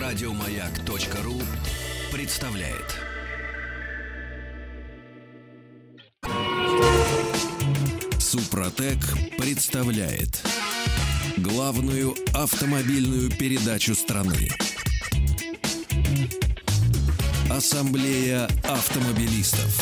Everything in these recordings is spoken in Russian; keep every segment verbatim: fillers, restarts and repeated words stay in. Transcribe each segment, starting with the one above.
Радиомаяк.ру представляет. Супротек представляет главную автомобильную передачу страны. Ассамблея автомобилистов.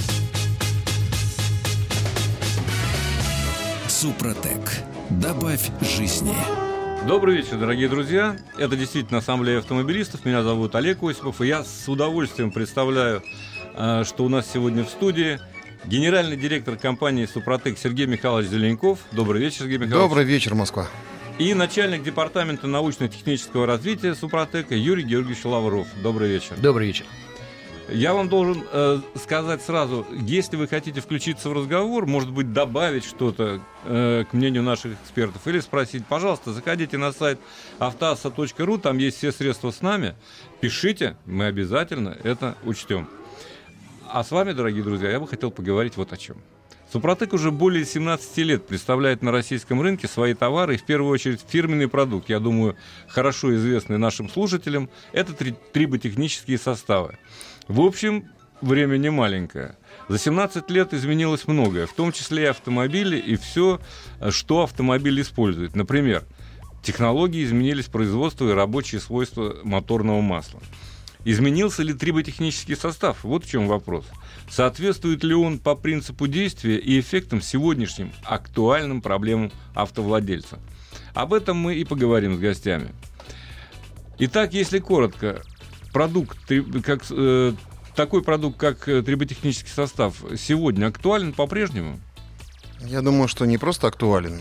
Супротек. Добавь жизни. Добрый вечер, дорогие друзья. Это действительно Ассамблея автомобилистов. Меня зовут Олег Осипов, и я с удовольствием представляю, что у нас сегодня в студии генеральный директор компании «Супротек» Сергей Михайлович Зеленков. Добрый вечер, Сергей Михайлович. Добрый вечер, Москва. И начальник департамента научно-технического развития «Супротека» Юрий Георгиевич Лавров. Добрый вечер. Добрый вечер. Я вам должен э, сказать сразу, если вы хотите включиться в разговор, может быть, добавить что-то э, к мнению наших экспертов, или спросить, пожалуйста, заходите на сайт автоасса точка ру, там есть все средства с нами, пишите, мы обязательно это учтем. А с вами, дорогие друзья, я бы хотел поговорить вот о чем. Супротек уже более семнадцати лет представляет на российском рынке свои товары, и в первую очередь фирменный продукт, я думаю, хорошо известный нашим слушателям, это три- триботехнические составы. В общем, время не маленькое. За семнадцать лет изменилось многое, в том числе и автомобили, и все, что автомобиль использует. Например, технологии изменились, производство и рабочие свойства моторного масла. Изменился ли триботехнический состав? Вот в чем вопрос. Соответствует ли он по принципу действия и эффектам сегодняшним актуальным проблемам автовладельца? Об этом мы и поговорим с гостями. Итак, если коротко, продукт, как, э, такой продукт, как триботехнический состав, сегодня актуален по-прежнему? Я думаю, что не просто актуален.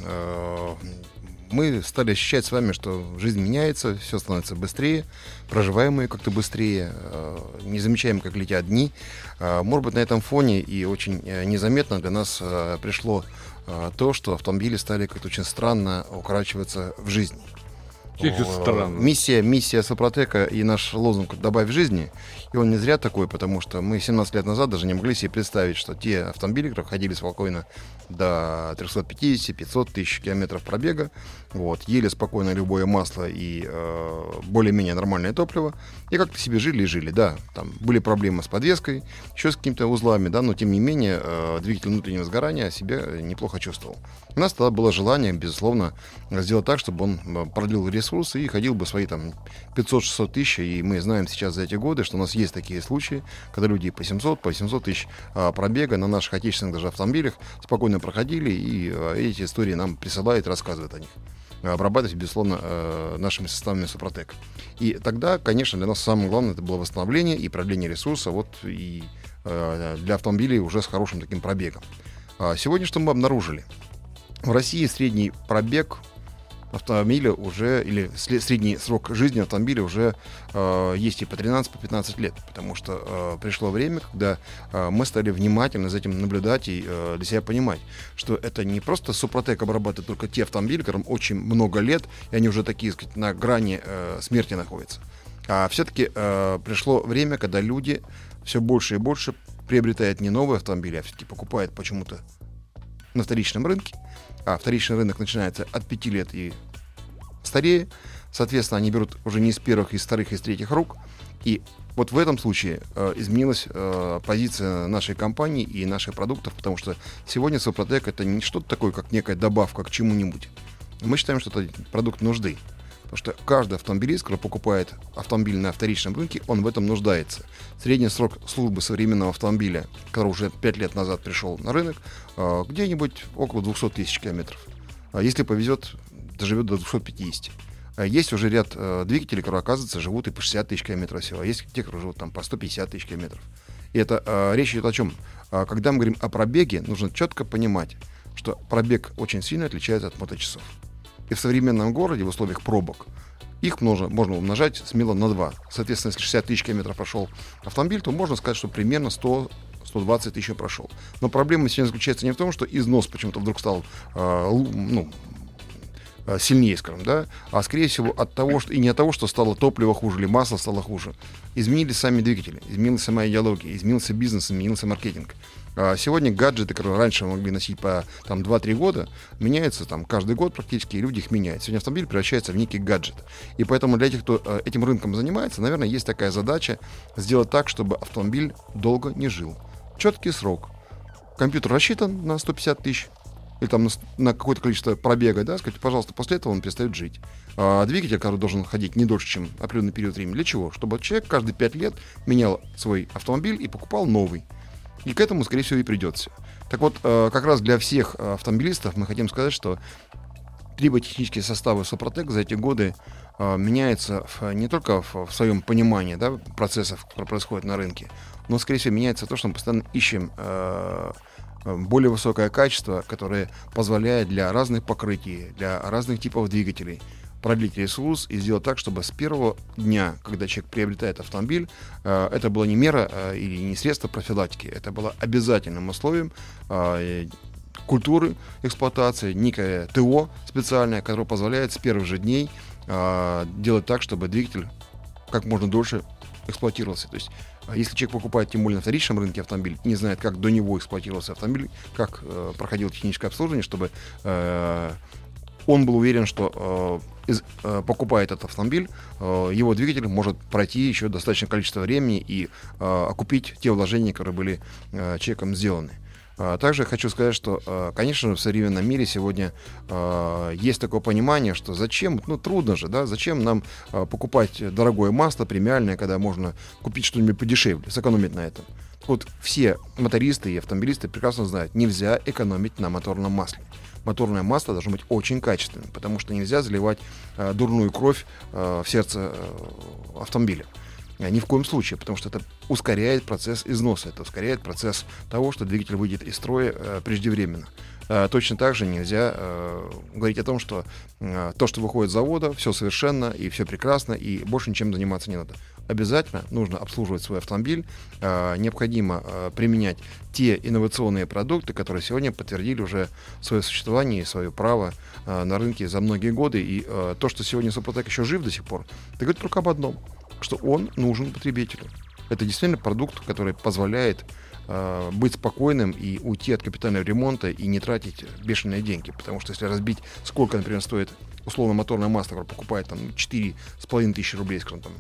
Мы стали ощущать с вами, что жизнь меняется, все становится быстрее, проживаемые как-то быстрее, не замечаем, как летят дни. Может быть, на этом фоне и очень незаметно для нас пришло то, что автомобили стали как-то очень странно укорачиваться в жизни. Странно. Миссия, миссия Супротека и наш лозунг «Добавь жизни», и он не зря такой, потому что мы семнадцать лет назад даже не могли себе представить, что те автомобили, которые ходили спокойно до триста пятьдесят - пятьсот тысяч километров пробега, вот, ели спокойно любое масло и э, более-менее нормальное топливо, и как-то себе жили и жили, да, там были проблемы с подвеской, еще с какими-то узлами, да, но тем не менее э, двигатель внутреннего сгорания себя неплохо чувствовал. У нас тогда было желание, безусловно, сделать так, чтобы он продлил ресурсы и ходил бы свои там пятьсот-шестьсот тысяч, и мы знаем сейчас за эти годы, что у нас есть такие случаи, когда люди по семьсот, по семьсот тысяч а, пробега на наших отечественных даже автомобилях спокойно проходили, и а, эти истории нам присылают и рассказывают о них, обрабатывать, безусловно, э, нашими составами Супротек. И тогда, конечно, для нас самое главное это было восстановление и продление ресурса, вот и э, для автомобилей уже с хорошим таким пробегом. А сегодня что мы обнаружили? В России средний пробег автомобиля уже, или средний срок жизни автомобиля уже э, есть и по тринадцать, по пятнадцать лет, потому что э, пришло время, когда э, мы стали внимательно за этим наблюдать и э, для себя понимать, что это не просто Супротек обрабатывает только те автомобили, которым очень много лет, и они уже такие, сказать, на грани э, смерти находятся. А все-таки э, пришло время, когда люди все больше и больше приобретают не новые автомобили, а все-таки покупают почему-то на вторичном рынке. А вторичный рынок начинается от пяти лет и старее. Соответственно, они берут уже не из первых, из вторых, из третьих рук. И вот в этом случае э, изменилась э, позиция нашей компании и наших продуктов, потому что сегодня Супротек это не что-то такое, как некая добавка к чему-нибудь. Мы считаем, что это продукт нужды. Потому что каждый автомобилист, который покупает автомобиль на вторичном рынке, он в этом нуждается. Средний срок службы современного автомобиля, который уже пять лет назад пришел на рынок, где-нибудь около двести тысяч километров. Если повезет, доживет до двести пятьдесят. Есть уже ряд двигателей, которые, оказывается, живут и по шестьдесят тысяч километров всего. А есть те, которые живут там, по сто пятьдесят тысяч километров. И это э, речь идет о чем? Когда мы говорим о пробеге, нужно четко понимать, что пробег очень сильно отличается от моточасов. И в современном городе, в условиях пробок, их можно, можно умножать смело на два. Соответственно, если шестьдесят тысяч километров прошел автомобиль, то можно сказать, что примерно сто - сто двадцать тысяч прошел. Но проблема сегодня заключается не в том, что износ почему-то вдруг стал э, ну, э, сильнее, скажем, да, а скорее всего от того, что и не от того, что стало топливо хуже или масло стало хуже. Изменились сами двигатели, изменилась сама идеология, изменился бизнес, изменился маркетинг. А сегодня гаджеты, которые раньше могли носить по там, два-три года, меняются там, каждый год практически, и люди их меняют. Сегодня автомобиль превращается в некий гаджет. И поэтому для тех, кто э, этим рынком занимается, наверное, есть такая задача сделать так, чтобы автомобиль долго не жил. Четкий срок. Компьютер рассчитан на сто пятьдесят тысяч или там на, на какое-то количество пробега, да, сказать, пожалуйста, после этого он перестает жить. А двигатель, который должен ходить не дольше, чем определенный период времени. Для чего? Чтобы человек каждые пять лет менял свой автомобиль и покупал новый. И к этому, скорее всего, и придется. Так вот, как раз для всех автомобилистов мы хотим сказать, что триботехнические составы Супротек за эти годы меняются не только в своем понимании, да, процессов, которые происходят на рынке, но, скорее всего, меняется то, что мы постоянно ищем более высокое качество, которое позволяет для разных покрытий, для разных типов двигателей продлить ресурс и сделать так, чтобы с первого дня, когда человек приобретает автомобиль, э, это была не мера э, или не средство профилактики, это было обязательным условием э, культуры эксплуатации, некое ТО специальное, которое позволяет с первых же дней э, делать так, чтобы двигатель как можно дольше эксплуатировался. То есть, если человек покупает, тем более на вторичном рынке автомобиль, не знает, как до него эксплуатировался автомобиль, как э, проходило техническое обслуживание, чтобы э, он был уверен, что э, из, э, покупая этот автомобиль, э, его двигатель может пройти еще достаточное количество времени и э, окупить те вложения, которые были э, человеком сделаны. А также хочу сказать, что, э, конечно же, в современном мире сегодня э, есть такое понимание, что зачем, ну трудно же, да, зачем нам э, покупать дорогое масло премиальное, когда можно купить что-нибудь подешевле, сэкономить на этом. Вот все мотористы и автомобилисты прекрасно знают, нельзя экономить на моторном масле. Моторное масло должно быть очень качественным, потому что нельзя заливать э, дурную кровь э, в сердце э, автомобиля. Э, ни в коем случае, потому что это ускоряет процесс износа, это ускоряет процесс того, что двигатель выйдет из строя э, преждевременно. Э, точно так же нельзя э, говорить о том, что э, то, что выходит с завода, все совершенно и все прекрасно, и больше ничем заниматься не надо. Обязательно нужно обслуживать свой автомобиль, э, необходимо э, применять те инновационные продукты, которые сегодня подтвердили уже свое существование и свое право э, на рынке за многие годы. И э, то, что сегодня Супротек еще жив до сих пор, это говорит только об одном, что он нужен потребителю. Это действительно продукт, который позволяет э, быть спокойным и уйти от капитального ремонта и не тратить бешеные деньги. Потому что если разбить, сколько, например, стоит условно моторное масло, которое покупает там четыре с половиной тысячи рублей, скажем, там,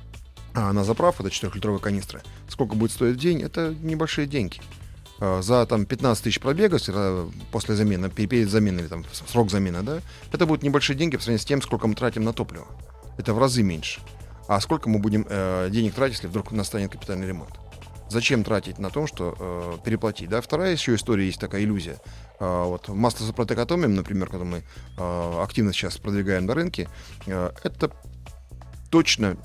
а на заправку, это четырехлитровая канистра, сколько будет стоить в день, это небольшие деньги. За там, пятнадцать тысяч пробегов после замены, перед заменой, или там, срок замены, да, это будут небольшие деньги по сравнению с тем, сколько мы тратим на топливо. Это в разы меньше. А сколько мы будем э, денег тратить, если вдруг настанет капитальный ремонт? Зачем тратить на то, что э, переплатить? Да? Вторая еще история, есть такая иллюзия. Э, вот масло Супротек Атомиум, например, которое мы э, активно сейчас продвигаем на рынке, э, это точно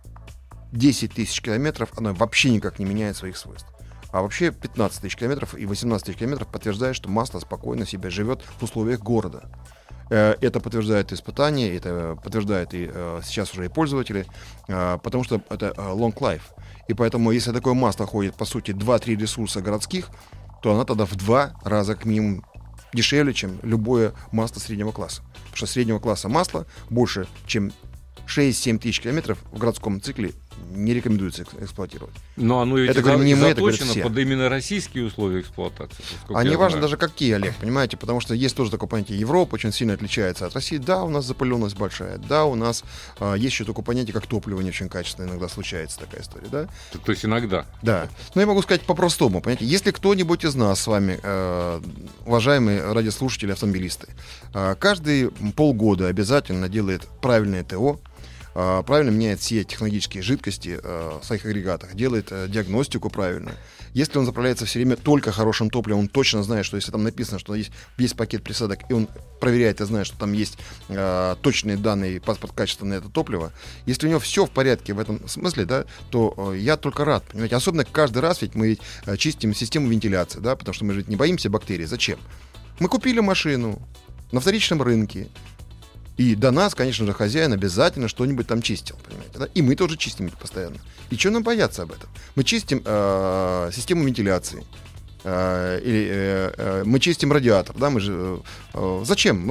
десять тысяч километров, оно вообще никак не меняет своих свойств. А вообще пятнадцать тысяч километров и восемнадцать тысяч километров подтверждает, что масло спокойно себя живет в условиях города. Это подтверждает испытания, это подтверждает и сейчас уже и пользователи, потому что это long life. И поэтому, если такое масло ходит, по сути, два-три ресурса городских, то она тогда в два раза к минимуму дешевле, чем любое масло среднего класса. Потому что среднего класса масло больше, чем шесть-семь тысяч километров в городском цикле не рекомендуется эксплуатировать. Но оно ведь это, говорим, не мы, заточено это под именно российские условия эксплуатации. А не важно даже какие, Олег, понимаете, потому что есть тоже такое понятие, Европа очень сильно отличается от России. Да, у нас запыленность большая, да, у нас а, есть еще такое понятие, как топливо не очень качественное, иногда случается такая история, да? То, то есть иногда? Да, но я могу сказать по-простому, понимаете, если кто-нибудь из нас с вами, э, уважаемые радиослушатели, автомобилисты, э, каждые полгода обязательно делает правильное ТО, правильно меняет все технологические жидкости э, в своих агрегатах, делает э, диагностику правильно. Если он заправляется все время только хорошим топливом, он точно знает, что если там написано, что есть весь пакет присадок, и он проверяет и знает, что там есть э, точные данные, паспорт качества на это топливо, если у него все в порядке в этом смысле, да, то э, я только рад, понимаете. Особенно каждый раз ведь мы ведь, э, чистим систему вентиляции, да, потому что мы же ведь не боимся бактерий. Зачем? Мы купили машину на вторичном рынке, и до нас, конечно же, хозяин обязательно что-нибудь там чистил, понимаете, да? И мы тоже чистим постоянно. И чего нам бояться об этом? Мы чистим э, систему вентиляции, э, или э, э, мы чистим радиатор, да? Мы же э, зачем? Вот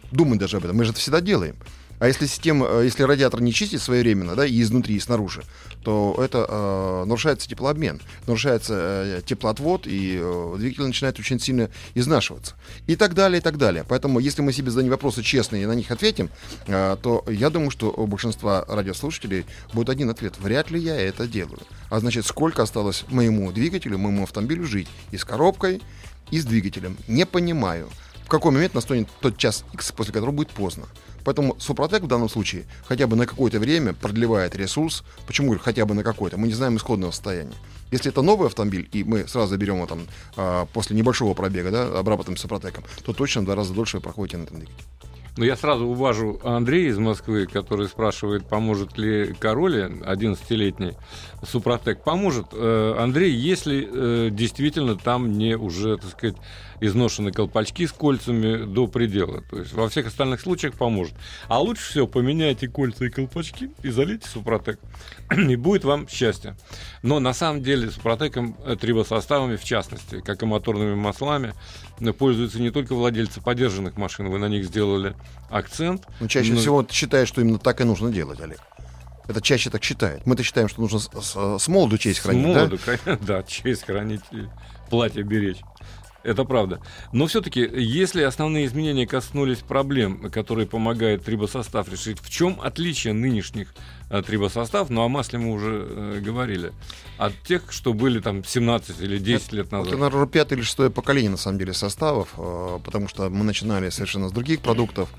думать даже об этом. Мы же это всегда делаем. А если система, если радиатор не чистить своевременно, да, и изнутри, и снаружи, то это э, нарушается теплообмен, нарушается э, теплоотвод, и э, двигатель начинает очень сильно изнашиваться. И так далее, и так далее. Поэтому, если мы себе зададим вопросы честно и на них ответим, э, то я думаю, что у большинства радиослушателей будет один ответ. Вряд ли я это делаю. А значит, сколько осталось моему двигателю, моему автомобилю жить и с коробкой, и с двигателем? Не понимаю. В какой момент настанет тот час X, после которого будет поздно. Поэтому Супротек в данном случае хотя бы на какое-то время продлевает ресурс. Почему говорю хотя бы на какое-то? Мы не знаем исходного состояния. Если это новый автомобиль, и мы сразу берем его там а, после небольшого пробега, да, обрабатываем Супротеком, то точно в два раза дольше вы проходите на этом двигателе. Ну, я сразу уважу Андрея из Москвы, который спрашивает, поможет ли Короле одиннадцатилетний Супротек. Поможет. Андрей, если действительно там не уже, так сказать, изношены колпачки с кольцами до предела. То есть во всех остальных случаях поможет. А лучше всего поменяйте кольца и колпачки и залейте Супротек. И будет вам счастье. Но на самом деле Супротеком, трибосоставами в частности, как и моторными маслами, пользуются не только владельцы подержанных машин. Вы на них сделали акцент. Но чаще но... всего считают, что именно так и нужно делать, Олег. Это чаще так считают. Мы-то считаем, что нужно с, с, с молоду честь хранить, с молоду, да? Да, честь хранить и платье беречь. Это правда. Но все-таки, если основные изменения коснулись проблем, которые помогает трибосостав решить, в чем отличие нынешних а, трибосоставов, ну о масле мы уже э, говорили, от тех, что были там семнадцать или десять лет назад? Это, наверное, пятое или шестое поколение, на самом деле, составов, э, потому что мы начинали совершенно с других продуктов,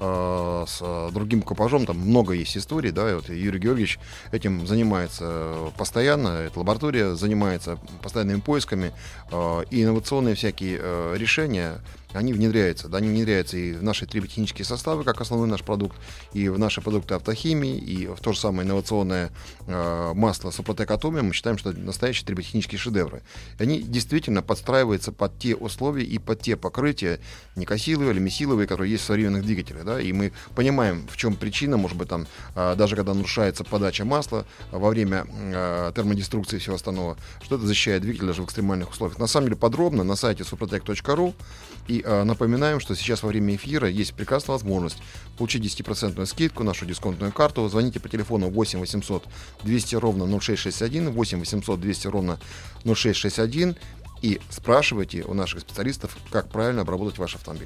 э, с другим купажом, там много есть историй, да, и вот Юрий Георгиевич этим занимается постоянно, эта лаборатория занимается постоянными поисками, э, и инновационные всякие э, решения, они внедряются, да, они внедряются и в наши триботехнические составы, как основной наш продукт, и в наши продукты автохимии, и в то же самое инновационное э, масло Супротек Атомиум. Мы считаем, что это настоящие триботехнические шедевры. И они действительно подстраиваются под те условия и под те покрытия, никосиловые или месиловые, которые есть в современных двигателях. Да? И мы понимаем, в чем причина, может быть, там, э, даже когда нарушается подача масла во время э, термодеструкции и всего остального, что это защищает двигатель даже в экстремальных условиях. На самом деле подробно на сайте супротек точка ру. И э, напоминаем, что сейчас во время эфира есть прекрасная возможность получить десятипроцентную скидку, нашу дисконтную карту. Звоните по телефону восемь восемьсот двести ровно ноль шесть шестьдесят один, восемь восемьсот двести ровно ноль шесть шестьдесят один и спрашивайте у наших специалистов, как правильно обработать ваш автомобиль.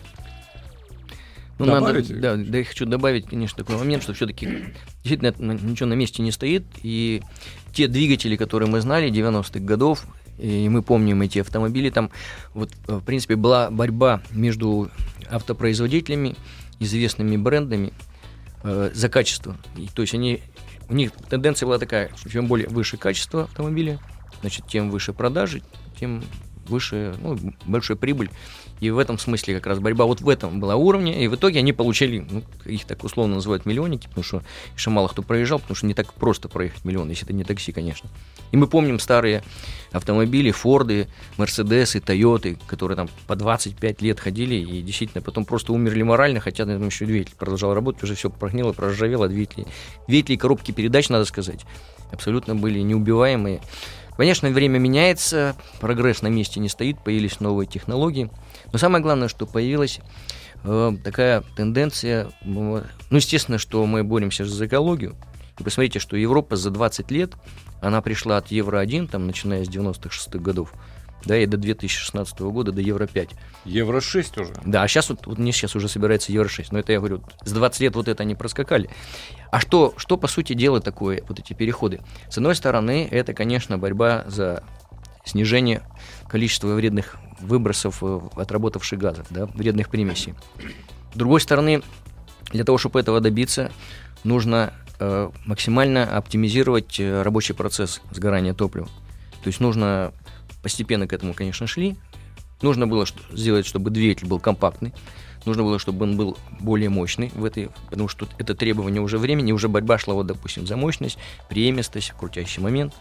Ну, надо, да, да, я хочу добавить, конечно, такой момент, что все-таки действительно ничего на месте не стоит, и те двигатели, которые мы знали девяностых годов, и мы помним эти автомобили, там, вот, в принципе, была борьба между автопроизводителями, известными брендами э, за качество. И, то есть они, у них тенденция была такая, что чем более выше качество автомобиля, значит, тем выше продажи, тем выше, ну, большая прибыль. И в этом смысле как раз борьба вот в этом была уровне, и в итоге они получили, ну, их так условно называют миллионники, потому что еще мало кто проезжал, потому что не так просто проехать миллион, если это не такси, конечно. И мы помним старые автомобили, Форды, Мерседесы, Тойоты, которые там по двадцать пять лет ходили и действительно потом просто умерли морально, хотя на этом еще двигатель продолжал работать, уже все прогнило, проржавело, двигатели. Двигатели и коробки передач, надо сказать, абсолютно были неубиваемые. Конечно, время меняется, прогресс на месте не стоит, появились новые технологии. Но самое главное, что появилась э, такая тенденция, э, ну, естественно, что мы боремся за экологию. И посмотрите, что Европа за двадцать лет, она пришла от Евро один, там, начиная с девяностых шестых годов, да, и до две тысячи шестнадцатого года, до Евро пять. Евро шесть уже. Да, а сейчас вот, вот не сейчас уже собирается Евро шесть. Но это я говорю, с двадцати лет вот это они проскакали. А что, что по сути дела такое, вот эти переходы? С одной стороны, это, конечно, борьба за снижение количества вредных выбросов отработавших газов, да, вредных примесей. С другой стороны, для того, чтобы этого добиться, нужно э, максимально оптимизировать рабочий процесс сгорания топлива. То есть нужно постепенно к этому, конечно, шли. Нужно было сделать, чтобы двигатель был компактный. Нужно было, чтобы он был более мощный в этой, потому что это требование уже времени, уже борьба шла, вот, допустим, за мощность, преемистость, крутящий момент.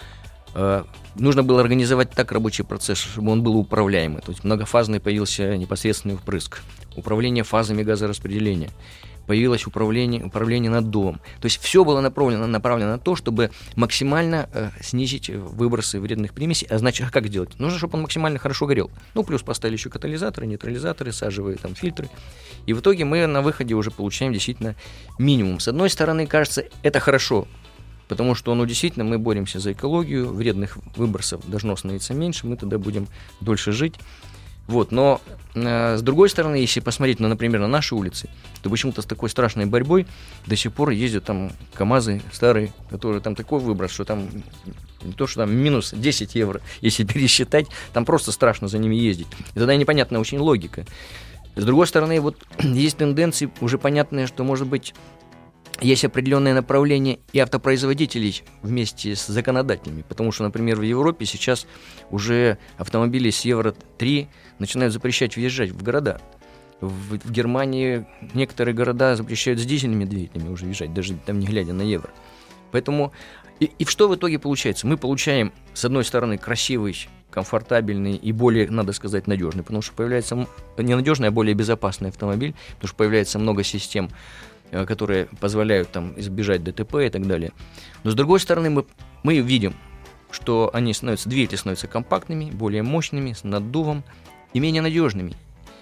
Э, нужно было организовать так рабочий процесс, чтобы он был управляемый. То есть многофазный появился непосредственный впрыск, управление фазами газораспределения, появилось управление, управление наддувом. То есть все было направлено, направлено на то, чтобы максимально э, снизить выбросы вредных примесей. А значит, как сделать? Нужно, чтобы он максимально хорошо горел. Ну, плюс поставили еще катализаторы, нейтрализаторы, сажевые там фильтры. И в итоге мы на выходе уже получаем действительно минимум. С одной стороны, кажется, это хорошо, потому что ну, действительно мы боремся за экологию, вредных выбросов должно становиться меньше, мы тогда будем дольше жить. Вот, но э, с другой стороны, если посмотреть, ну, например, на наши улицы, то почему-то с такой страшной борьбой до сих пор ездят там КАМАЗы старые, которые там такой выброс, что там не то, что там минус десять евро, если пересчитать, там просто страшно за ними ездить. И тогда непонятная очень логика. С другой стороны, вот есть тенденции уже понятные, что, может быть, есть определенное направление и автопроизводителей вместе с законодателями, потому что, например, в Европе сейчас уже автомобили с евро три начинают запрещать въезжать в города. В, в Германии некоторые города запрещают с дизельными двигателями уже въезжать, даже там не глядя на евро. Поэтому и, и что в итоге получается? Мы получаем, с одной стороны, красивый, комфортабельный и более, надо сказать, надежный, потому что появляется не надежный, а более безопасный автомобиль, потому что появляется много систем, которые позволяют там избежать ДТП и так далее. Но с другой стороны, мы, мы видим, что они становятся, двигатели становятся компактными, более мощными, с наддувом и менее надежными.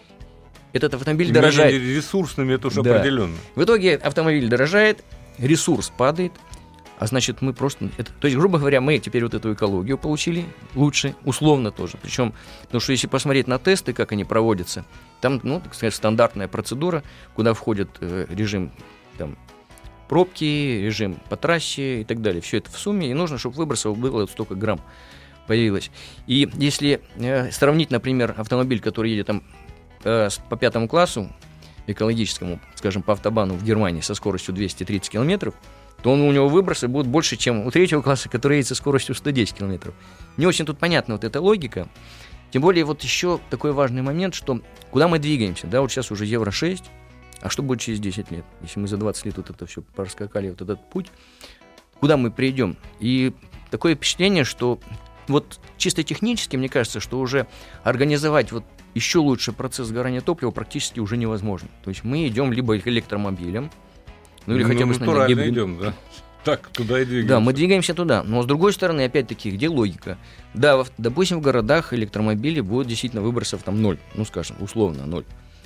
Этот автомобиль и дорожает. Менее ресурсными, это уже да. определенно. В итоге автомобиль дорожает, ресурс падает, а значит мы просто... Это, то есть, грубо говоря, мы теперь вот эту экологию получили лучше, условно тоже. Причем, потому что если посмотреть на тесты, как они проводятся, там, ну, так сказать, стандартная процедура, куда входит э, режим там, пробки, режим по трассе и так далее. Все это в сумме, и нужно, чтобы выбросов было вот столько грамм появилось. И если э, сравнить, например, автомобиль, который едет там э, по пятому классу экологическому, скажем, по автобану в Германии со скоростью двести тридцать километров, то он, у него выбросы будут больше, чем у третьего класса, который едет со скоростью сто десять километров. Не очень тут понятна вот эта логика. Тем более вот еще такой важный момент, что куда мы двигаемся, да, вот сейчас уже евро шесть, а что будет через десять лет, если мы за двадцать лет вот это все проскакали, вот этот путь, куда мы придем? И такое впечатление, что вот чисто технически, мне кажется, что уже организовать вот еще лучше процесс сгорания топлива практически уже невозможно. То есть мы идем либо к электромобилям, ну или ну, хотя бы натурально идем, да. Так, туда и двигаемся. Да, мы двигаемся туда. Но с другой стороны, опять-таки, где логика? Да, в, допустим, в городах электромобили будут действительно выбросов там ноль, ну скажем, условно ноль.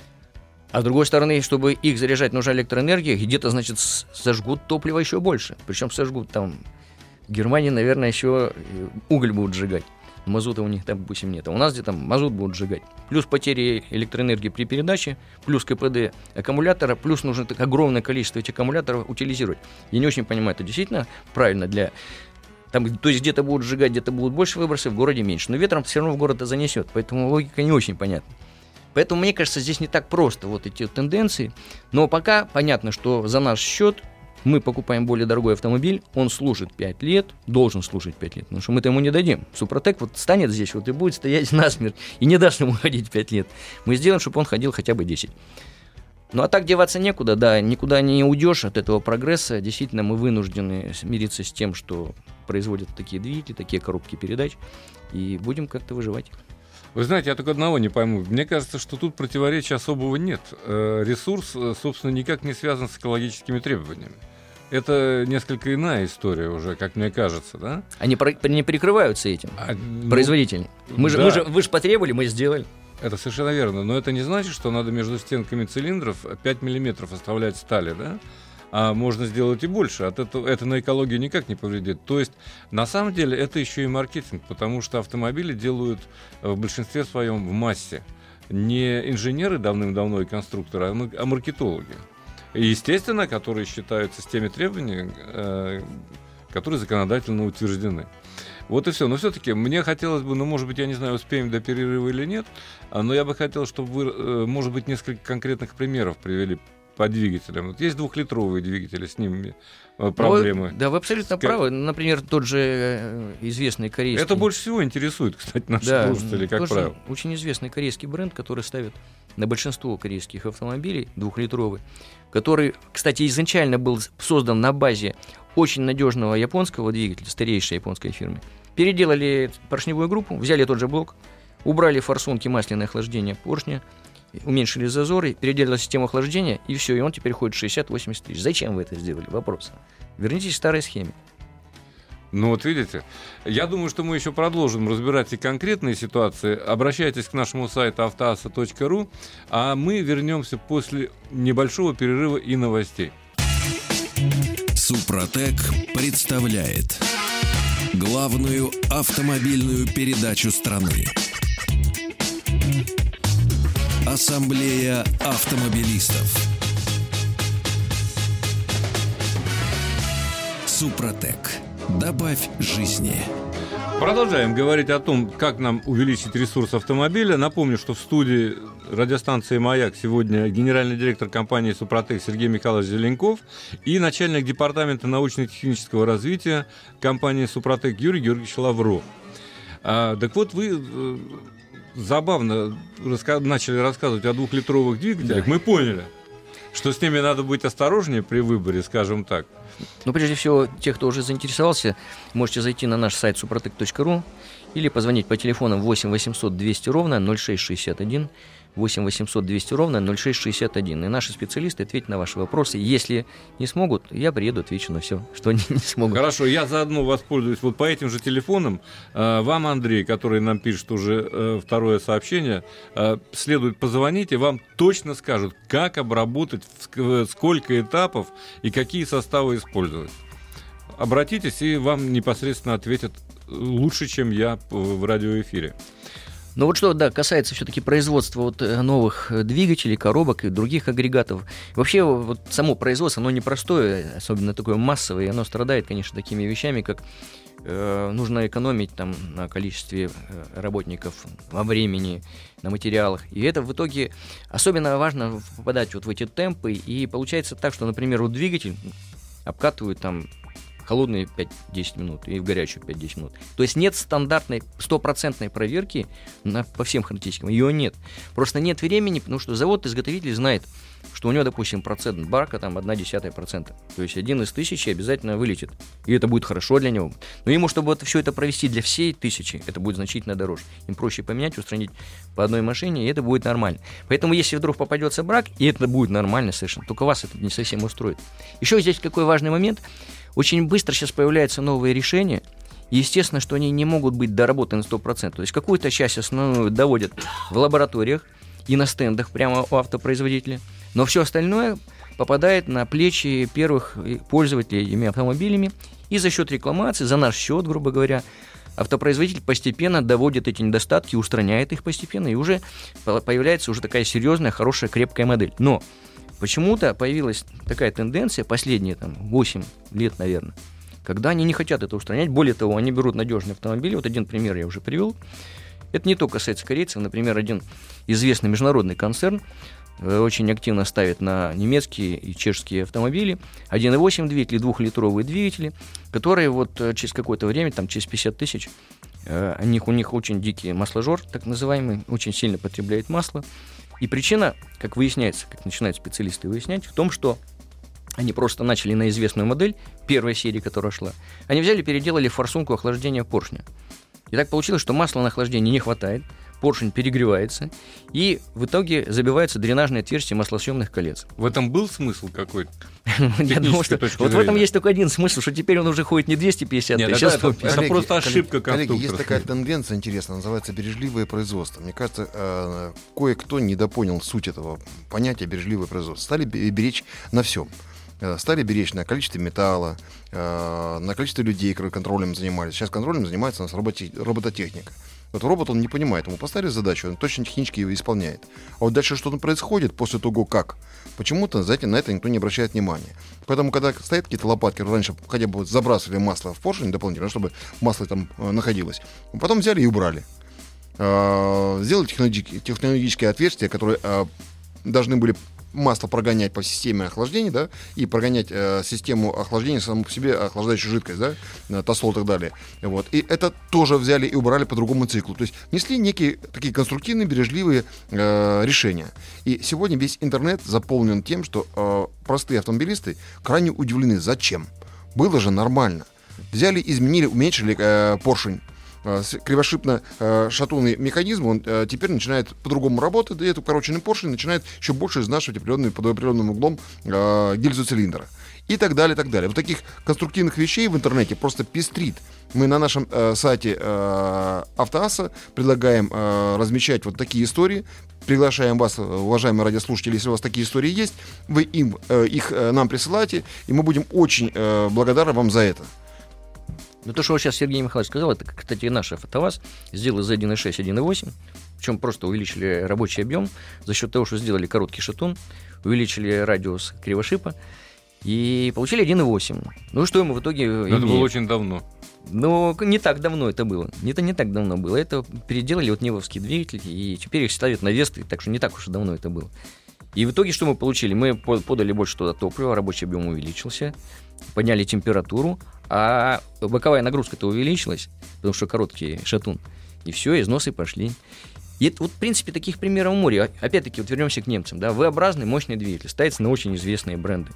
А с другой стороны, чтобы их заряжать, нужна электроэнергия, где-то, значит, сожгут топливо еще больше. Причем сожгут там в Германии, наверное, еще уголь будут сжигать. Мазута у них там, допустим, нет. А у нас где-то мазут будут сжигать. Плюс потери электроэнергии при передаче, плюс КПД аккумулятора, плюс нужно огромное количество этих аккумуляторов утилизировать. Я не очень понимаю, это действительно правильно для... Там, то есть где-то будут сжигать, где-то будут больше выбросов, в городе меньше. Но ветром все равно в город это занесет, поэтому логика не очень понятна. Поэтому, мне кажется, здесь не так просто вот эти вот тенденции. Но пока понятно, что за наш счет мы покупаем более дорогой автомобиль, он служит пять лет, должен служить пять лет, потому что мы-то ему не дадим. Супротек вот станет здесь вот и будет стоять насмерть, и не даст ему ходить пять лет. Мы сделаем, чтобы он ходил хотя бы десять. Ну а так деваться некуда, да, никуда не уйдешь от этого прогресса. Действительно, мы вынуждены смириться с тем, что производят такие двигатели, такие коробки передач, и будем как-то выживать. Вы знаете, я только одного не пойму. Мне кажется, что тут противоречия особого нет. Ресурс, собственно, никак не связан с экологическими требованиями. Это несколько иная история уже, как мне кажется, да? Они про- не прикрываются этим, а, производители. Ну, мы, да. же, мы же, вы же потребовали, мы сделали. Это совершенно верно, но это не значит, что надо между стенками цилиндров пять миллиметров оставлять стали, да? А можно сделать и больше. От этого, это на экологию никак не повредит. То есть, на самом деле, это еще и маркетинг, потому что автомобили делают в большинстве своем в массе. Не инженеры давным-давно и конструкторы, а маркетологи. И, естественно, которые считаются с теми требованиями, э, которые законодательно утверждены. Вот и все. Но все-таки мне хотелось бы, ну, может быть, я не знаю, успеем до перерыва или нет, но я бы хотел, чтобы вы, э, может быть, несколько конкретных примеров привели по двигателям. Вот есть двухлитровые двигатели, с ними э, проблемы. Вы, да, вы абсолютно Ска... правы. Например, тот же э, известный корейский... Это больше всего интересует, кстати, наших да, слушателей, как правило. Очень известный корейский бренд, который ставит на большинство корейских автомобилей, двухлитровый, который, кстати, изначально был создан на базе очень надежного японского двигателя, старейшей японской фирмы. Переделали поршневую группу, взяли тот же блок, убрали форсунки, масляное охлаждение поршня, уменьшили зазоры, переделали систему охлаждения, и все, и он теперь ходит шестьдесят-восемьдесят тысяч. Зачем вы это сделали? Вопрос. Вернитесь к старой схеме. Ну вот видите, я думаю, что мы еще продолжим разбирать и конкретные ситуации. Обращайтесь к нашему сайту автоаса точка ру, а мы вернемся после небольшого перерыва и новостей. Супротек представляет главную автомобильную передачу страны. Ассамблея автомобилистов. Супротек. Добавь жизни. Продолжаем говорить о том, как нам увеличить ресурс автомобиля. Напомню, что в студии радиостанции «Маяк» сегодня генеральный директор компании «Супротек» Сергей Михайлович Зеленков и начальник департамента научно-технического развития компании «Супротек» Юрий Георгиевич Лавров. А, так вот, вы э, забавно раска- начали рассказывать о двухлитровых двигателях. Да. Мы поняли, что с ними надо быть осторожнее при выборе, скажем так. Ну, прежде всего, те, кто уже заинтересовался, можете зайти на наш сайт супротек точка ру или позвонить по телефонам восемь восемьсот двести ровно ноль шесть шестьдесят один, восемь восемьсот двести ровно ноль шесть шестьдесят один. И наши специалисты ответят на ваши вопросы. Если не смогут, я приеду, отвечу на все, что они не смогут. Хорошо, я заодно воспользуюсь вот по этим же телефонам. Вам, Андрей, который нам пишет уже второе сообщение, следует позвонить, и вам точно скажут, как обработать, сколько этапов и какие составы использовать. Обратитесь, и вам непосредственно ответят лучше, чем я в радиоэфире. Ну вот что, да, касается все-таки производства вот новых двигателей, коробок и других агрегатов. Вообще вот само производство, оно непростое, особенно такое массовое, и оно страдает, конечно, такими вещами, как э, нужно экономить там на количестве э, работников, во времени, на материалах. И это в итоге особенно важно попадать вот в эти темпы. И получается так, что, например, вот двигатель обкатывают там холодные пять-десять минут и в горячую пять-десять минут. То есть нет стандартной стопроцентной проверки на, по всем характеристикам. Ее нет. Просто нет времени, потому что завод-изготовитель знает, что у него, допустим, процент брака там одна десятая процента. То есть один из тысячи обязательно вылетит. И это будет хорошо для него. Но ему, чтобы это, все это провести для всей тысячи, это будет значительно дороже. Им проще поменять, устранить по одной машине, и это будет нормально. Поэтому если вдруг попадется брак, и это будет нормально совершенно, только вас это не совсем устроит. Еще здесь такой важный момент. Очень быстро сейчас появляются новые решения. Естественно, что они не могут быть доработаны на сто процентов. То есть какую-то часть основную доводят в лабораториях и на стендах прямо у автопроизводителя. Но все остальное попадает на плечи первых пользователей этими автомобилями. И за счет рекламации, за наш счет, грубо говоря, автопроизводитель постепенно доводит эти недостатки, устраняет их постепенно, и уже появляется уже такая серьезная, хорошая, крепкая модель. Но почему-то появилась такая тенденция последние там, восемь лет, наверное, когда они не хотят это устранять. Более того, они берут надежные автомобили. Вот один пример я уже привел. Это не только касается корейцев. Например, один известный международный концерн очень активно ставит на немецкие и чешские автомобили один и восемь двигатели, двухлитровые двигатели, которые вот через какое-то время, там, через пятьдесят тысяч, у них, у них очень дикий масложор, так называемый, очень сильно потребляет масло. И причина, как выясняется, как начинают специалисты выяснять, в том, что они просто начали на известную модель, первой серии, которая шла, они взяли, переделали форсунку охлаждения поршня. И так получилось, что масла на охлаждение не хватает, поршень перегревается, и в итоге забивается дренажное отверстие маслосъемных колец. В этом был смысл какой-то? Я думаю, что вот в этом есть только один смысл, что теперь он уже ходит не двести пятьдесят, а сейчас сто пятьдесят. Это просто ошибка конструкторская. Коллеги, есть такая тенденция интересная, называется бережливое производство. Мне кажется, кое-кто недопонял суть этого понятия бережливое производство. Стали беречь на всем. Стали беречь на количестве металла, на количестве людей, которые контролем занимались. Сейчас контролем занимается у нас робототехника. Вот робот, он не понимает, ему поставили задачу, он точно технически ее исполняет. А вот дальше что-то происходит после того, как, почему-то за это, на это никто не обращает внимания. Поэтому, когда стоят какие-то лопатки, раньше хотя бы забрасывали масло в поршень дополнительно, чтобы масло там э, находилось, потом взяли и убрали. Э, сделали технологи- технологические отверстия, которые э, должны были масло прогонять по системе охлаждения, да, и прогонять э, систему охлаждения саму по себе, охлаждающую жидкость, да, тосол и так далее. Вот. И это тоже взяли и убрали по другому циклу. То есть несли некие такие конструктивные, бережливые э, решения. И сегодня весь интернет заполнен тем, что э, простые автомобилисты крайне удивлены. Зачем? Было же нормально. Взяли, изменили, уменьшили э, поршень. кривошипно-шатунный механизм, он теперь начинает по-другому работать, и эту укороченный поршень начинает еще больше изнашивать определенный, под определенным углом гильзу цилиндра. И так далее, так далее. Вот таких конструктивных вещей в интернете просто пестрит. Мы на нашем э, сайте э, Автоасса предлагаем э, размещать вот такие истории. Приглашаем вас, уважаемые радиослушатели, если у вас такие истории есть, вы им, э, их э, нам присылайте, и мы будем очень э, благодарны вам за это. Ну, то, что сейчас Сергей Михайлович сказал, это, кстати, наш АвтоВАЗ сделал из один и шесть, один и восемь, причем просто увеличили рабочий объем за счет того, что сделали короткий шатун, увеличили радиус кривошипа, и получили один и восемь. Ну, что мы в итоге имеем? Это было очень давно. Ну, не так давно это было. Это не так давно было. Это переделали вот Невовский двигатель, и теперь их ставят на Весты, так что не так уж и давно это было. И в итоге что мы получили? Мы подали больше туда топлива, рабочий объем увеличился, подняли температуру, а боковая нагрузка-то увеличилась, потому что короткий шатун. И все, износы пошли. И это, вот, в принципе, таких примеров море. Опять-таки, вот вернемся к немцам. Да? V-образный мощный двигатель ставится на очень известные бренды.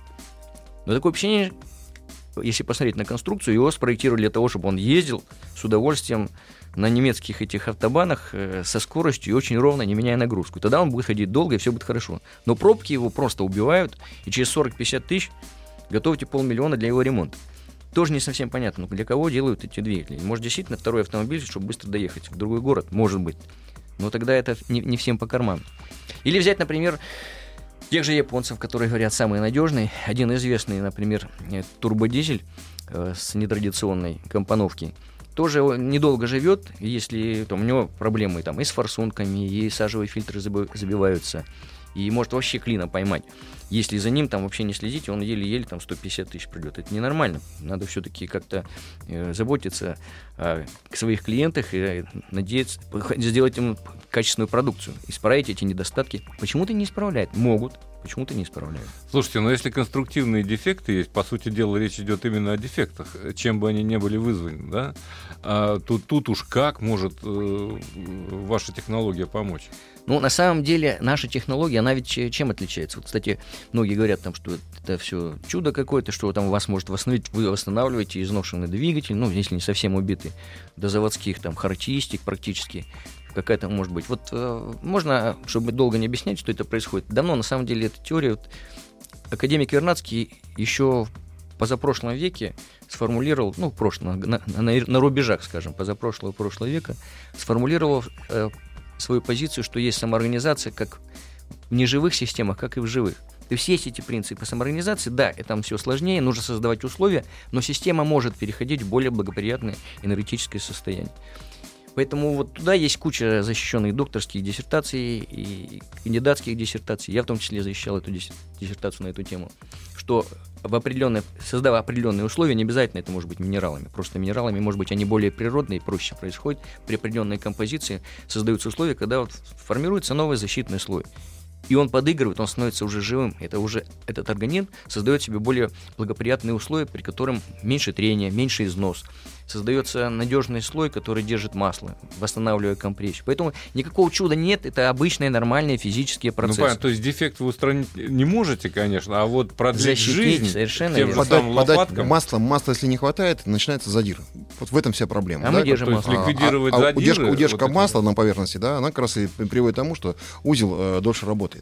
Но такое впечатление, если посмотреть на конструкцию, его спроектировали для того, чтобы он ездил с удовольствием на немецких этих автобанах э, со скоростью и очень ровно, не меняя нагрузку. Тогда он будет ходить долго, и все будет хорошо. Но пробки его просто убивают, и через сорок-пятьдесят тысяч готовьте полмиллиона для его ремонта. Тоже не совсем понятно, для кого делают эти двигатели. Может, действительно, второй автомобиль, чтобы быстро доехать в другой город, может быть. Но тогда это не, не всем по карману. Или взять, например, тех же японцев, которые говорят самый надежный. Один известный, например, турбодизель э, с нетрадиционной компоновки тоже недолго живет, если там, у него проблемы там, и с форсунками, и сажевые фильтры забиваются, и может вообще клина поймать. Если за ним там вообще не следить, он еле-еле там сто пятьдесят тысяч придет. Это ненормально. Надо все-таки как-то э, заботиться о своих клиентах и надеяться сделать им качественную продукцию, исправить эти недостатки. Почему-то не исправляют. Могут, почему-то не исправляют. Слушайте, но если конструктивные дефекты есть, по сути дела, речь идет именно о дефектах, чем бы они ни были вызваны, да? А, то тут уж как может э, ваша технология помочь? Ну, на самом деле, наша технология, она ведь чем отличается? Вот, кстати, многие говорят, там, что это все чудо какое-то, что там вас может восстановить, вы восстанавливаете изношенный двигатель, ну, если не совсем убитый, до заводских там характеристик практически, какая-то может быть. Вот э, можно, чтобы долго не объяснять, что это происходит. Давно, на самом деле, эта теория, вот, академик Вернадский еще в позапрошлом веке сформулировал, ну, в прошлом, на, на, на рубежах, скажем, позапрошлого прошлого века, сформулировал э, свою позицию, что есть самоорганизация как в неживых системах, как и в живых. То есть есть эти принципы самоорганизации, да, и там все сложнее, нужно создавать условия, но система может переходить в более благоприятное энергетическое состояние. Поэтому вот туда есть куча защищенных докторских диссертаций и кандидатских диссертаций. Я в том числе защищал эту диссертацию на эту тему, что в определенные, создав определенные условия, не обязательно это может быть минералами. Просто минералами, может быть, они более природные, проще происходят. При определенной композиции создаются условия, когда вот формируется новый защитный слой. И он подыгрывает, он становится уже живым. Это уже этот организм создает себе более благоприятные условия, при котором меньше трения, меньше износ. Создается надежный слой, который держит масло, восстанавливая компрессию. Поэтому никакого чуда нет, это обычные нормальные физические процессы. Ну, понятно, то есть дефект вы устранить не можете, конечно, а вот продлить защитить жизнь совершенно тем же подать, самым лопаткам. подать масло, масла, если не хватает, начинается задир. Вот в этом вся проблема. А да? мы держим масло. То есть ликвидировать а, а, задиры, удержка, удержка вот масла на поверхности, да, она как раз и приводит к тому, что узел э, дольше работает.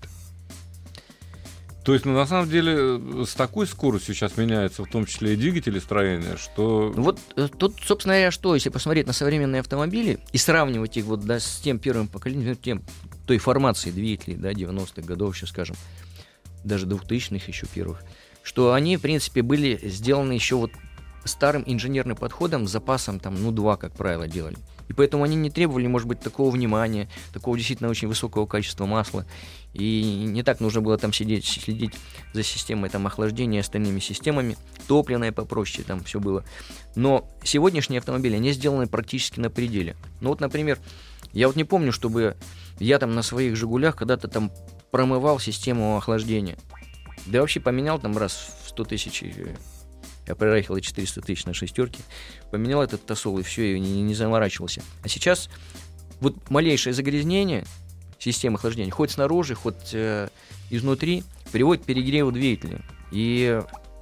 То есть, ну, на самом деле, с такой скоростью сейчас меняется, в том числе и двигатели строения, что... Вот э, тут, собственно говоря, что, если посмотреть на современные автомобили и сравнивать их вот, да, с тем первым поколением, тем, той формацией двигателей, да, девяностых годов, еще скажем, даже двухтысячных еще первых, что они, в принципе, были сделаны еще вот старым инженерным подходом, с запасом, там, ну, два, как правило, делали. И поэтому они не требовали, может быть, такого внимания, такого действительно очень высокого качества масла. И не так нужно было там сидеть, следить за системой там, охлаждения и остальными системами. Топливное попроще там все было. Но сегодняшние автомобили, они сделаны практически на пределе. Ну вот, например, я вот не помню, чтобы я там на своих «Жигулях» когда-то там промывал систему охлаждения. Да вообще поменял там раз в сто тысяч... Я проехал четыреста тысяч на шестерке, поменял этот тосол и все, и не, не заморачивался. А сейчас вот малейшее загрязнение системы охлаждения, хоть снаружи, хоть э, изнутри, приводит к перегреву двигателя. И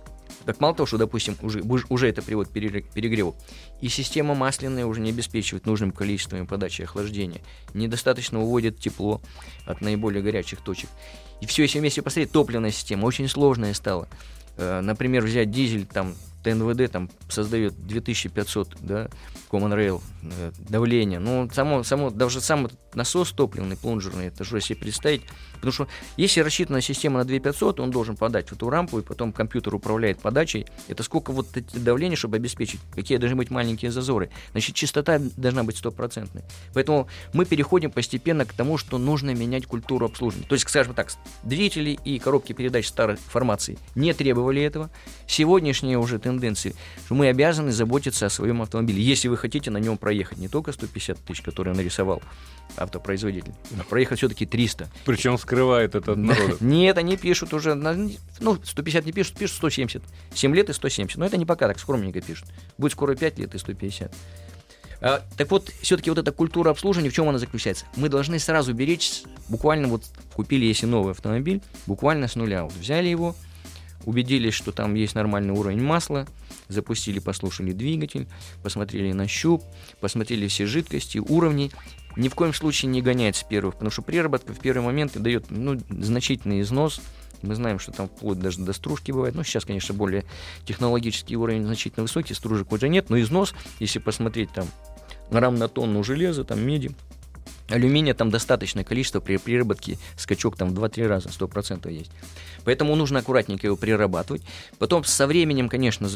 Так мало того, что, допустим, уже, уже это приводит к перегреву, и система масляная уже не обеспечивает нужным количеством подачи и охлаждения, недостаточно уводит тепло от наиболее горячих точек. И все, если вместе посмотреть, топливная система очень сложная стала. Например, взять дизель, там, ТНВД там создает две тысячи пятьсот, да, Common Rail, э, давление. Ну, само, само, даже сам этот насос топливный, плунжерный, это же себе представить. Потому что если рассчитана система на две тысячи пятьсот, он должен подать в эту рампу, и потом компьютер управляет подачей. Это сколько вот это давление, чтобы обеспечить, какие должны быть маленькие зазоры. Значит, частота должна быть стопроцентной. Поэтому мы переходим постепенно к тому, что нужно менять культуру обслуживания. То есть, скажем так, двигатели и коробки передач старой формации не требовали этого. Сегодняшние уже тенденции, что мы обязаны заботиться о своем автомобиле, если вы хотите на нем проехать не только сто пятьдесят тысяч, которые нарисовал автопроизводитель, а проехать все-таки триста. Причем скрывает это от народа. Нет, они пишут уже, ну, сто пятьдесят не пишут, пишут сто семьдесят. семь лет и сто семьдесят. Но это не пока, так скромненько пишут. Будет скоро пять лет и сто пятьдесят. А, так вот, все-таки вот эта культура обслуживания, в чем она заключается? Мы должны сразу беречь, буквально вот купили, если новый автомобиль, буквально с нуля. Вот взяли его, убедились, что там есть нормальный уровень масла, запустили, послушали двигатель, посмотрели на щуп, посмотрели все жидкости, уровни. Ни в коем случае не гонять с первых, потому что приработка в первый момент дает, ну, значительный износ. Мы знаем, что там вплоть даже до стружки бывает. Ну, сейчас, конечно, более технологический уровень значительно высокий, стружек уже нет, но износ, если посмотреть там грамм на тонну железа, там меди, алюминия, там достаточное количество, при приработке скачок там в два-три раза, сто процентов есть. Поэтому нужно аккуратненько его прирабатывать. Потом со временем, конечно,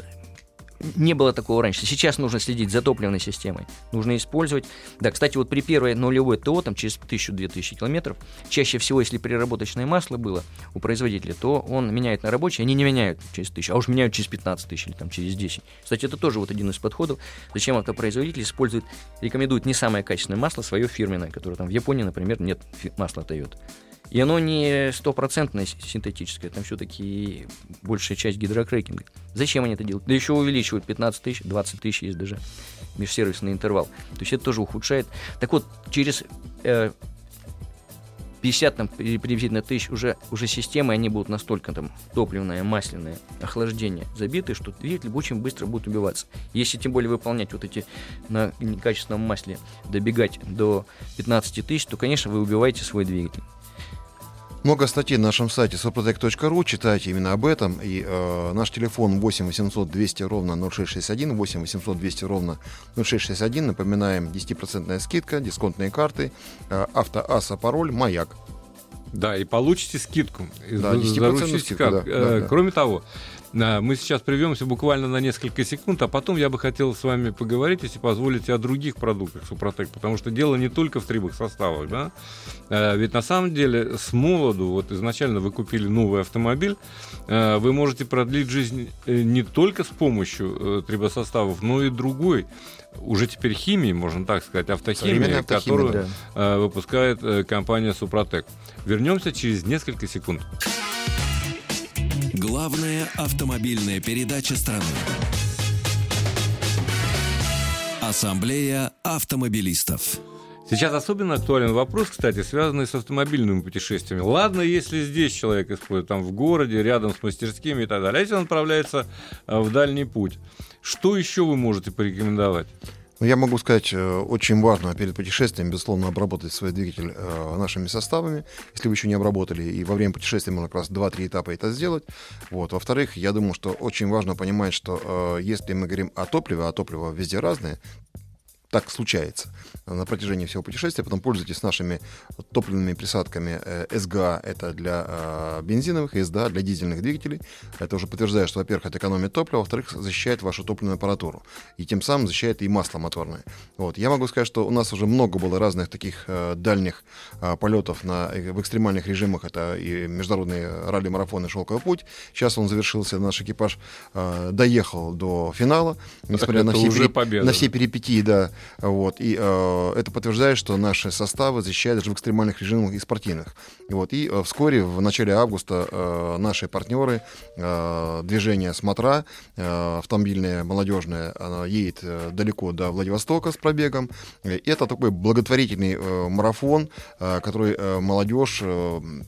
не было такого раньше. Сейчас нужно следить за топливной системой. Нужно использовать. Да, кстати, вот при первой нулевой ТО, там через тысячу-две тысячи километров, чаще всего, если приработочное масло было у производителя, то он меняет на рабочее, они не меняют через тысячу, а уж меняют через пятнадцать тысяч или там через десять. Кстати, это тоже вот один из подходов, зачем автопроизводитель использует, рекомендует не самое качественное масло, свое фирменное, которое там в Японии, например, нет масла Toyota. И оно не стопроцентное синтетическое, там все-таки большая часть гидрокрекинга. Зачем они это делают? Да еще увеличивают пятнадцать тысяч, двадцать тысяч есть даже межсервисный интервал. То есть это тоже ухудшает. Так вот, через э, пятьдесят там, приблизительно тысяч уже, уже системы, они будут настолько там топливное, масляное, охлаждение забиты, что двигатель очень быстро будет убиваться. Если тем более выполнять вот эти на некачественном масле, добегать до пятнадцать тысяч, то, конечно, вы убиваете свой двигатель. Много статей на нашем сайте супротек точка ру, читайте именно об этом. И э, наш телефон восемь восемьсот двести ровно ноль шесть шестьдесят один, восемь восемьсот двести ровно ноль шесть шестьдесят один. Напоминаем, десять процентов скидка, дисконтные карты, э, автоасса, пароль, маяк. Да, и получите скидку. Да, десять процентов скидку, да, э, да, Кроме да. того, мы сейчас прервемся буквально на несколько секунд, а потом я бы хотел с вами поговорить, если позволите, о других продуктах Супротек, потому что дело не только в трибовых составах, да? Ведь на самом деле с молоду, вот изначально вы купили новый автомобиль, вы можете продлить жизнь не только с помощью трибосоставов, но и другой, уже теперь химии, можно так сказать, автохимии, которую да. выпускает компания Супротек. Вернемся через несколько секунд. Главная автомобильная передача страны. Ассамблея автомобилистов. Сейчас особенно актуален вопрос, кстати, связанный с автомобильными путешествиями. Ладно, если здесь человек использует, там в городе, рядом с мастерскими и так далее. А если он отправляется в дальний путь, что еще вы можете порекомендовать? Ну, я могу сказать, очень важно перед путешествием, безусловно, обработать свой двигатель э, нашими составами, если вы еще не обработали, и во время путешествия можно как раз два-три этапа это сделать. Вот. Во-вторых, я думаю, что очень важно понимать, что э, если мы говорим о топливе, а топливо везде разное, так случается на протяжении всего путешествия. Потом пользуйтесь нашими топливными присадками эс джи эй, это для э, бензиновых, и эс ди эй для дизельных двигателей. Это уже подтверждает, что, во-первых, это экономит топливо, во-вторых, защищает вашу топливную аппаратуру. И тем самым защищает и масло моторное. Вот. Я могу сказать, что у нас уже много было разных таких э, дальних э, полетов на, в экстремальных режимах. Это и международные ралли-марафоны «Шелковый путь». Сейчас он завершился, наш экипаж э, доехал до финала. Несмотря на все, перип... на все перипетии, да. Вот, и э, это подтверждает, что наши составы защищают даже в экстремальных режимах и спортивных. И, вот, и э, вскоре, в начале августа, э, наши партнеры, э, движение «Смотра», э, автомобильное, молодежное, оно едет э, далеко до Владивостока с пробегом. И это такой благотворительный э, марафон, э, который э, молодежь... Э,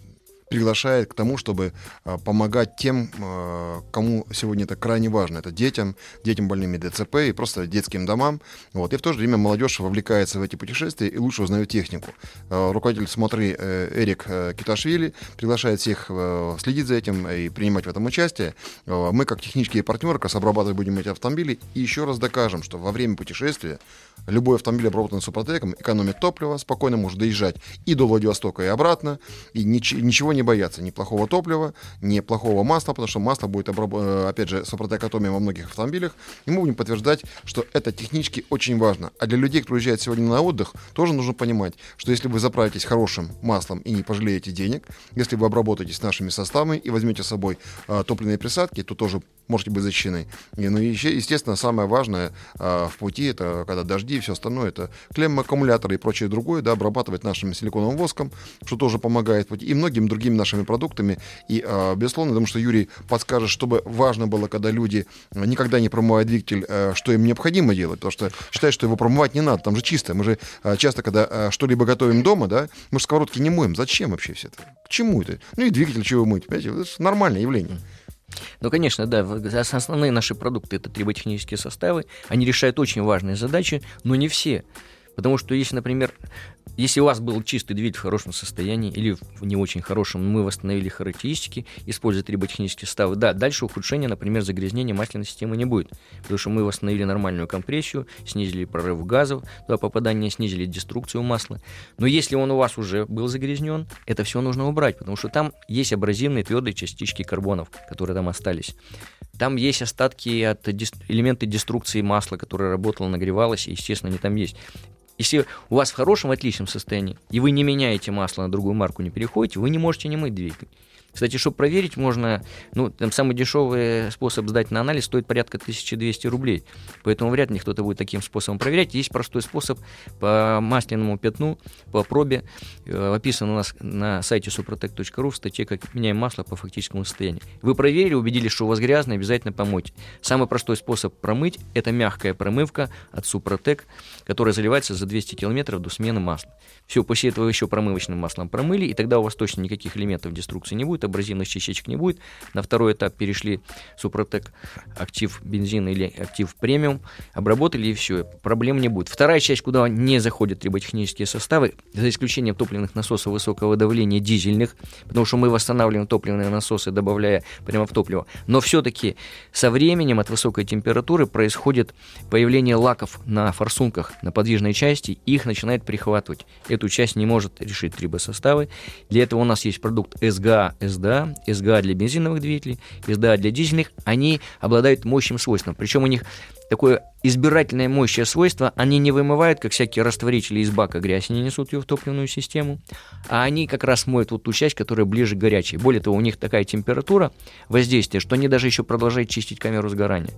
приглашает к тому, чтобы э, помогать тем, э, кому сегодня это крайне важно. Это детям, детям больными ДЦП и просто детским домам. Вот. И в то же время молодежь вовлекается в эти путешествия и лучше узнает технику. Э, руководитель смотры э, Эрик э, Киташвили приглашает всех э, следить за этим и принимать в этом участие. Э, мы, как технические партнеры, как раз обрабатывать будем эти автомобили и еще раз докажем, что во время путешествия любой автомобиль, обработанный Супротеком, экономит топливо, спокойно может доезжать и до Владивостока, и обратно, и нич- ничего не бояться, ни плохого топлива, ни плохого масла, потому что масло будет, обраб... опять же, Супротек Атомия во многих автомобилях, и мы будем подтверждать, что это технически очень важно. А для людей, кто уезжает сегодня на отдых, тоже нужно понимать, что если вы заправитесь хорошим маслом и не пожалеете денег, если вы обработаетесь нашими составами и возьмете с собой а, топливные присадки, то тоже можете быть защищены. И, ну, и, естественно, самое важное а, в пути, это когда дожди и все остальное, это клеммы, аккумуляторы и прочее другое, да, обрабатывать нашим силиконовым воском, что тоже помогает в пути, и многими другими нашими продуктами. И, а, безусловно, потому что Юрий подскажет, чтобы важно было, когда люди никогда не промывают двигатель, а, что им необходимо делать, потому что считают, что его промывать не надо, там же чисто. Мы же а, часто, когда а, что-либо готовим дома, да, мы же сковородки не моем. Зачем вообще все это? К чему это? Ну и двигатель чего мыть, понимаете? Это же нормальное явление. Ну, конечно, да, основные наши продукты — это триботехнические составы, они решают очень важные задачи, но не все. Потому что если, например, если у вас был чистый двигатель в хорошем состоянии или в не очень хорошем, мы восстановили характеристики, используя триботехнические составы, да, дальше ухудшения, например, загрязнения масляной системы не будет, потому что мы восстановили нормальную компрессию, снизили прорыв газов, туда попадание, снизили деструкцию масла. Но если он у вас уже был загрязнен, это все нужно убрать, потому что там есть абразивные твердые частички карбонов, которые там остались. Там есть остатки от дис... элементы деструкции масла, которое работало, нагревалось, и, естественно, они там есть. Если у вас в хорошем, отличном состоянии, и вы не меняете масло на другую марку, не переходите, вы не можете не мыть двигатель. Кстати, чтобы проверить, можно, ну, там самый дешевый способ сдать на анализ стоит порядка тысяча двести рублей. Поэтому вряд ли кто-то будет таким способом проверять. Есть простой способ по масляному пятну, по пробе. Описан у нас на сайте супротек точка ру в статье «Как меняем масло по фактическому состоянию». Вы проверили, убедились, что у вас грязно, обязательно помойте. Самый простой способ промыть – это мягкая промывка от Супротек, которая заливается за двести километров до смены масла. Все, после этого еще промывочным маслом промыли, и тогда у вас точно никаких элементов деструкции не будет, абразивных частичек не будет. На второй этап перешли Супротек Актив бензин или Актив премиум, обработали, и все, проблем не будет. Вторая часть, куда не заходят триботехнические составы, за исключением топливных насосов высокого давления, дизельных, потому что мы восстанавливаем топливные насосы, добавляя прямо в топливо. Но все-таки со временем от высокой температуры происходит появление лаков на форсунках, на подвижной части, и их начинает прихватывать. Эту часть не может решить трибосоставы. Для этого у нас есть продукт эс гэ а, эс дэ а, эс гэ а для бензиновых двигателей, эс дэ а для дизельных. Они обладают мощным свойством. Причем у них такое избирательное моющее свойство. Они не вымывают, как всякие растворители из бака, грязь, не несут ее в топливную систему, а они как раз моют вот ту часть, которая ближе к горячей. Более того, у них такая температура воздействия, что они даже еще продолжают чистить камеру сгорания.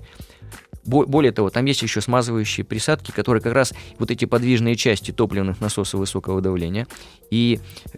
Более того, там есть еще смазывающие присадки, которые как раз вот эти подвижные части топливных насосов высокого давления и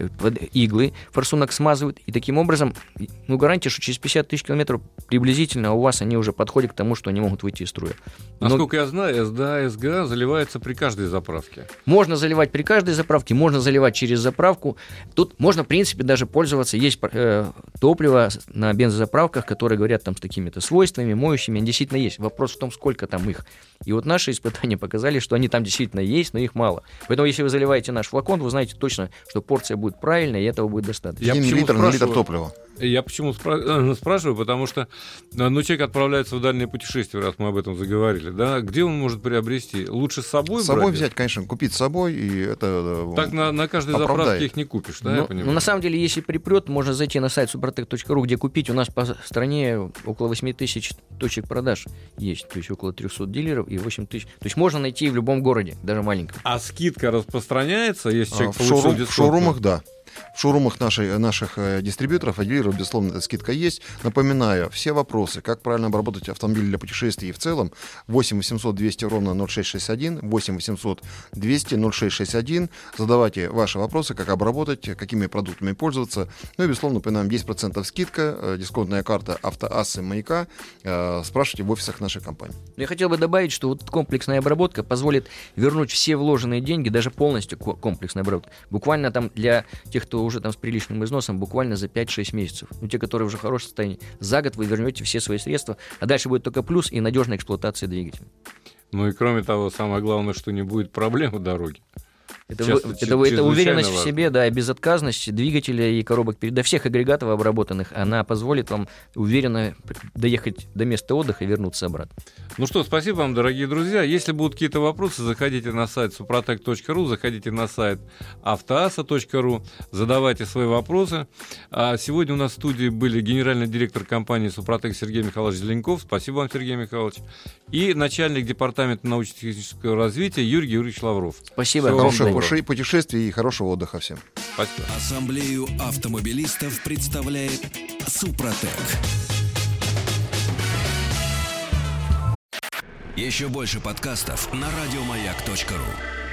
иглы форсунок смазывают, и таким образом, ну, гарантия, что через пятьдесят тысяч километров приблизительно у вас они уже подходят к тому, что они могут выйти из строя. Но... Насколько я знаю, эс дэ а, эс гэ а заливается при каждой заправке. Можно заливать при каждой заправке, можно заливать через заправку. Тут можно, в принципе, даже пользоваться. Есть э, топливо на бензозаправках, которые говорят там с такими-то свойствами, моющими. Они действительно есть. Вопрос в том, сколько там их. И вот наши испытания показали, что они там действительно есть, но их мало. Поэтому, если вы заливаете наш флакон, вы знаете точно, что порция будет правильная, и этого будет достаточно. Один литр на литр топлива. Я почему спра- спрашиваю, потому что, ну, человек отправляется в дальнее путешествие, раз мы об этом заговорили, да, где он может приобрести? Лучше с собой С собой брать? взять, конечно, купить с собой, и это... Так на, на каждой оправдает. заправке их не купишь, да, но, я понимаю? Но на самом деле, если припрет, можно зайти на сайт супротек точка ру, где купить. У нас по стране около восемь тысяч точек продаж есть, то есть около триста дилеров и восемь тысяч. То есть можно найти в любом городе, даже маленьком. А скидка распространяется, если человек в, получил шоурум, дисконт? в шоурумах, да. В шоурумах наших, наших э, дистрибьюторов, а дилеров, безусловно, эта скидка есть. Напоминаю, все вопросы, как правильно обработать автомобиль для путешествий и в целом, восемь восемьсот двести ровно ноль шесть шесть один, восемь восемьсот двести ноль шесть шесть один. Задавайте ваши вопросы, как обработать, какими продуктами пользоваться. Ну и, безусловно, напоминаем, десять процентов скидка, э, дисконтная карта «Автоассы Маяка». Э, спрашивайте в офисах нашей компании. Я хотел бы добавить, что вот комплексная обработка позволит вернуть все вложенные деньги, даже полностью комплексная обработка. Буквально там для тех кто уже там с приличным износом, буквально за пять-шесть месяцев. Ну, те, которые уже в хорошем состоянии, за год вы вернете все свои средства, а дальше будет только плюс и надежная эксплуатация двигателя. Ну и кроме того, самое главное, что не будет проблем у дороги. Это, Часто, это, это, это уверенность важно. в себе, да, безотказность двигателя и коробок передач, до всех агрегатов обработанных, она позволит вам уверенно доехать до места отдыха и вернуться обратно. Ну что, спасибо вам, дорогие друзья. Если будут какие-то вопросы, заходите на сайт супротек точка ру, заходите на сайт автоаса точка ру, задавайте свои вопросы. А сегодня у нас в студии были генеральный директор компании «Супротек» Сергей Михайлович Зеленков. Спасибо вам, Сергей Михайлович. И начальник департамента научно-технического развития Юрий Георгиевич Лавров. Спасибо. Хорошего путешествий и хорошего отдыха всем. Спасибо. Ассамблею автомобилистов представляет Супротек. Еще больше подкастов на радиомаяк точка ру.